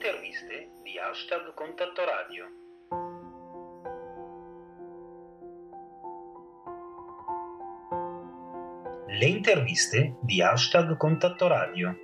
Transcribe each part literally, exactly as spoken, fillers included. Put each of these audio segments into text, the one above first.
interviste di hashtag Contatto Radio. Le interviste di hashtag Contatto Radio.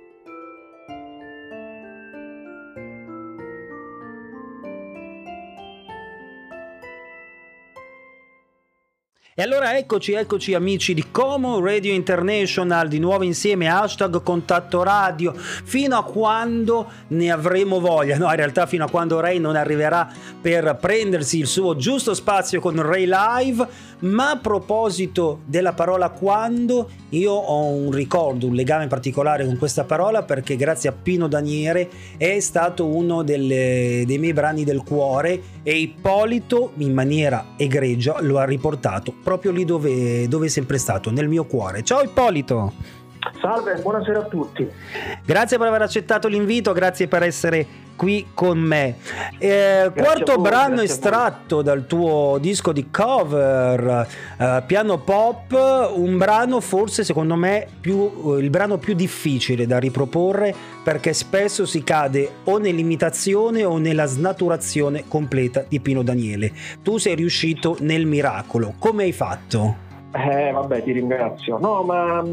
E allora eccoci, eccoci amici di Como Radio International, di nuovo insieme, hashtag Contatto Radio, fino a quando ne avremo voglia, no in realtà fino a quando Ray non arriverà per prendersi il suo giusto spazio con Ray Live. Ma a proposito della parola quando, io ho un ricordo, un legame particolare con questa parola, perché grazie a Pino Daniele è stato uno delle, dei miei brani del cuore, e Ippolito in maniera egregia lo ha riportato proprio lì dove, dove è sempre stato, nel mio cuore. Ciao Ippolito! Salve, buonasera a tutti. Grazie per aver accettato l'invito, grazie per essere qui con me. Eh, quarto voi, brano estratto dal tuo disco di cover, eh, Piano Pop, un brano forse secondo me più, il brano più difficile da riproporre, perché spesso si cade o nell'imitazione o nella snaturazione completa di Pino Daniele. Tu sei riuscito nel miracolo, come hai fatto? Eh vabbè, ti ringrazio. No, ma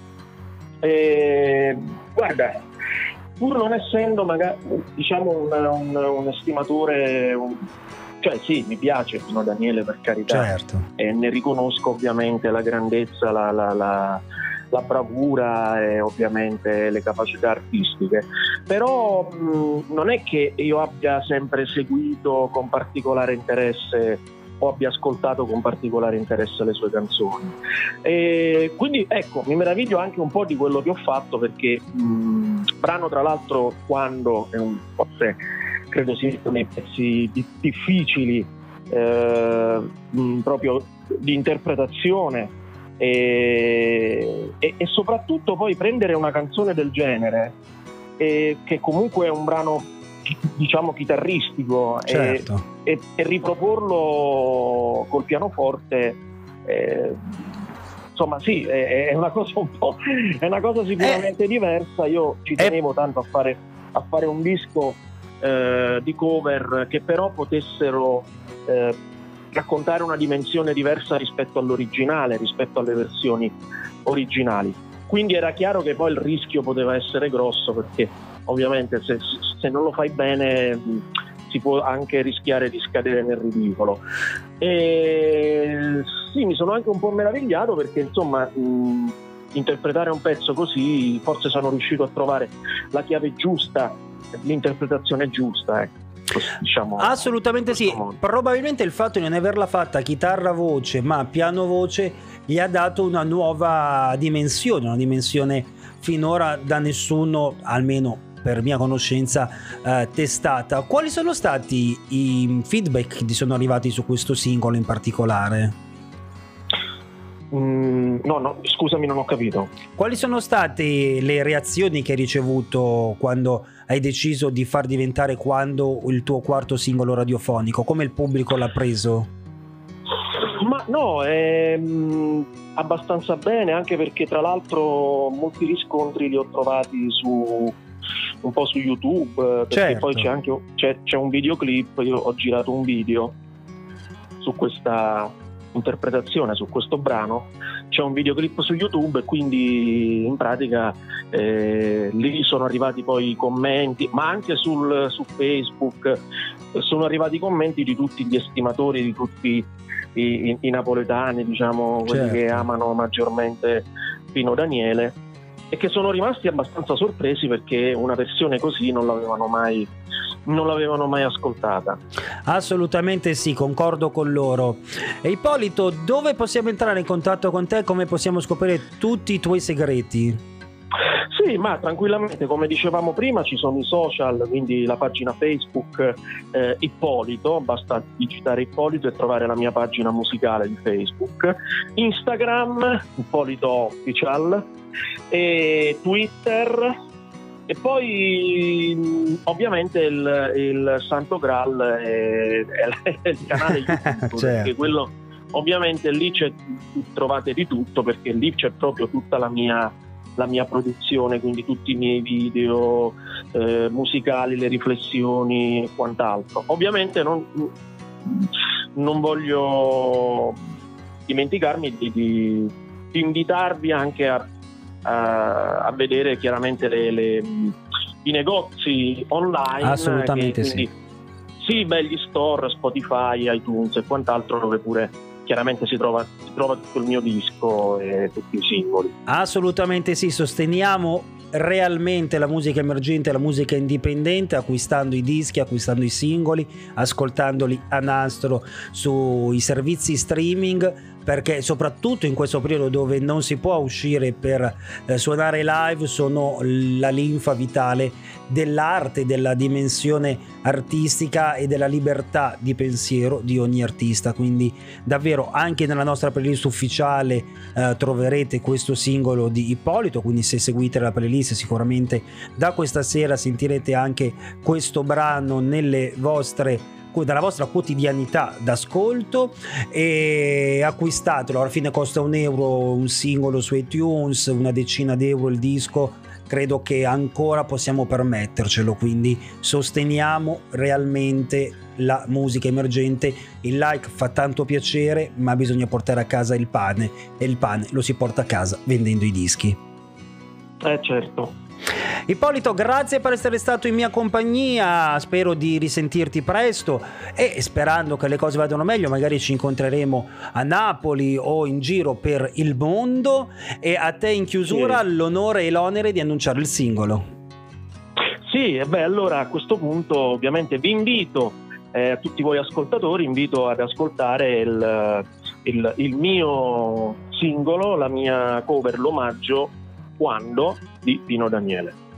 eh, guarda, pur non essendo magari diciamo un, un, un estimatore, un, cioè sì, mi piace Pino Daniele, per carità, certo, e ne riconosco ovviamente la grandezza, la, la, la, la bravura e ovviamente le capacità artistiche, però mh, non è che io abbia sempre seguito con particolare interesse o abbia ascoltato con particolare interesse le sue canzoni, e quindi ecco, mi meraviglio anche un po' di quello che ho fatto, perché mh, brano tra l'altro quando è un, forse credo sia uno dei pezzi di, difficili eh, mh, proprio di interpretazione, e, e, e soprattutto poi prendere una canzone del genere, e, che comunque è un brano diciamo chitarristico, certo, e, e, e riproporlo col pianoforte, eh, insomma sì, è, è una cosa un po', è una cosa sicuramente eh, diversa. Io ci tenevo eh, tanto a fare, a fare un disco eh, di cover che però potessero eh, raccontare una dimensione diversa rispetto all'originale, rispetto alle versioni originali. Quindi era chiaro che poi il rischio poteva essere grosso, perché ovviamente se, se non lo fai bene si può anche rischiare di scadere nel ridicolo. E sì, mi sono anche un po' meravigliato, perché insomma mh, interpretare un pezzo così, forse sono riuscito a trovare la chiave giusta, l'interpretazione giusta, ecco. Diciamo, assolutamente sì, modo. Probabilmente il fatto di non averla fatta chitarra voce ma piano voce gli ha dato una nuova dimensione, una dimensione finora da nessuno, almeno per mia conoscenza, eh, testata. Quali sono stati i feedback che ti sono arrivati su questo singolo in particolare? Mm, no, no, scusami, non ho capito. Quali sono state le reazioni che hai ricevuto quando hai deciso di far diventare Quando il tuo quarto singolo radiofonico? Come il pubblico l'ha preso? Ma no, è mh, abbastanza bene, anche perché tra l'altro molti riscontri li ho trovati su un po' su YouTube, perché certo, poi c'è anche c'è, c'è un videoclip. Io ho girato un video su questa interpretazione, su questo brano, c'è un videoclip su YouTube, e quindi in pratica eh, lì sono arrivati poi i commenti, ma anche sul, su Facebook sono arrivati i commenti di tutti gli estimatori, di tutti i, i, i napoletani, diciamo, quelli certo, che amano maggiormente Pino Daniele, e che sono rimasti abbastanza sorpresi, perché una versione così non l'avevano mai non l'avevano mai ascoltata. Assolutamente sì, concordo con loro. E Ippolito, dove possiamo entrare in contatto con te? Come possiamo scoprire tutti i tuoi segreti? Sì, ma tranquillamente, come dicevamo prima, ci sono i social, quindi la pagina Facebook eh, Ippolito, basta digitare Ippolito e trovare la mia pagina musicale di Facebook, Instagram Ippolito Official, e Twitter. E poi ovviamente il, il Santo Graal è, è il canale YouTube, certo, perché quello ovviamente lì c'è, trovate di tutto, perché lì c'è proprio tutta la mia la mia produzione, quindi tutti i miei video eh, musicali, le riflessioni e quant'altro. Ovviamente non, non voglio dimenticarmi di, di, di invitarvi anche a, a, a vedere chiaramente le, le, i negozi online. Assolutamente che, quindi, sì. Sì, beh, gli store, Spotify, iTunes e quant'altro, dove pure chiaramente si trova, si trova tutto il mio disco e tutti i singoli. Assolutamente sì, sosteniamo realmente la musica emergente, la musica indipendente, acquistando i dischi, acquistando i singoli, ascoltandoli a nastro sui servizi streaming, perché soprattutto in questo periodo dove non si può uscire per eh, suonare live, sono la linfa vitale dell'arte, della dimensione artistica e della libertà di pensiero di ogni artista. Quindi davvero anche nella nostra playlist ufficiale eh, troverete questo singolo di Ippolito, quindi se seguite la playlist sicuramente da questa sera sentirete anche questo brano nelle vostre dalla vostra quotidianità d'ascolto, e acquistatelo. Alla fine costa un euro un singolo su iTunes, una decina d'euro il disco, credo che ancora possiamo permettercelo, quindi sosteniamo realmente la musica emergente. Il like fa tanto piacere, ma bisogna portare a casa il pane, e il pane lo si porta a casa vendendo i dischi. Eh certo. Ippolito, grazie per essere stato in mia compagnia, spero di risentirti presto, e sperando che le cose vadano meglio magari ci incontreremo a Napoli o in giro per il mondo. E a te in chiusura sì, l'onore e l'onere di annunciare il singolo. Sì, e beh, allora a questo punto ovviamente vi invito, eh, a tutti voi ascoltatori, invito ad ascoltare il, il, il mio singolo, la mia cover, l'omaggio Quando di Pino Daniele.